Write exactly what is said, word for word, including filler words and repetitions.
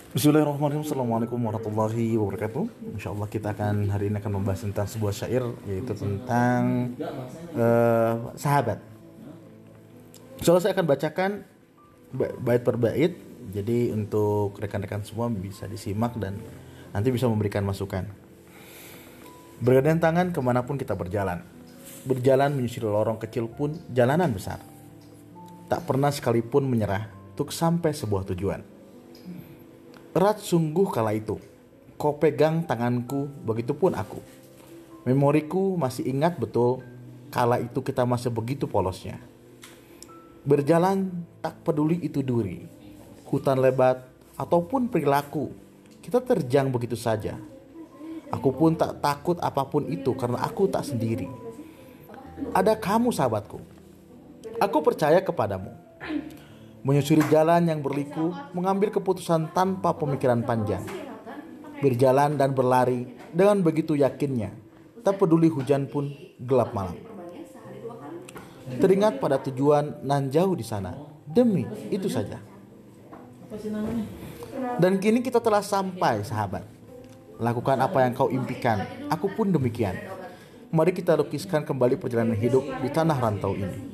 Bismillahirrahmanirrahim. Assalamualaikum warahmatullahi wabarakatuh. Insya Allah kita akan hari ini akan membahas tentang sebuah syair, yaitu tentang uh, sahabat. Insya Allah saya akan bacakan bait per bait. Jadi untuk rekan-rekan semua bisa disimak dan nanti bisa memberikan masukan. Bergandeng tangan kemanapun kita berjalan, berjalan menyusuri lorong kecil pun jalanan besar. Tak pernah sekalipun menyerah untuk sampai sebuah tujuan. Erat sungguh kala itu, kau pegang tanganku, begitupun aku. Memoriku masih ingat betul, kala itu kita masih begitu polosnya. Berjalan tak peduli itu duri, hutan lebat, ataupun perilaku, kita terjang begitu saja. Aku pun tak takut apapun itu karena aku tak sendiri. Ada kamu sahabatku, aku percaya kepadamu. Menyusuri jalan yang berliku, mengambil keputusan tanpa pemikiran panjang. Berjalan dan berlari dengan begitu yakinnya, tak peduli hujan pun gelap malam. Teringat pada tujuan nan jauh di sana, demi itu saja. Dan kini kita telah sampai, sahabat. Lakukan apa yang kau impikan, aku pun demikian. Mari kita lukiskan kembali perjalanan hidup di tanah rantau ini.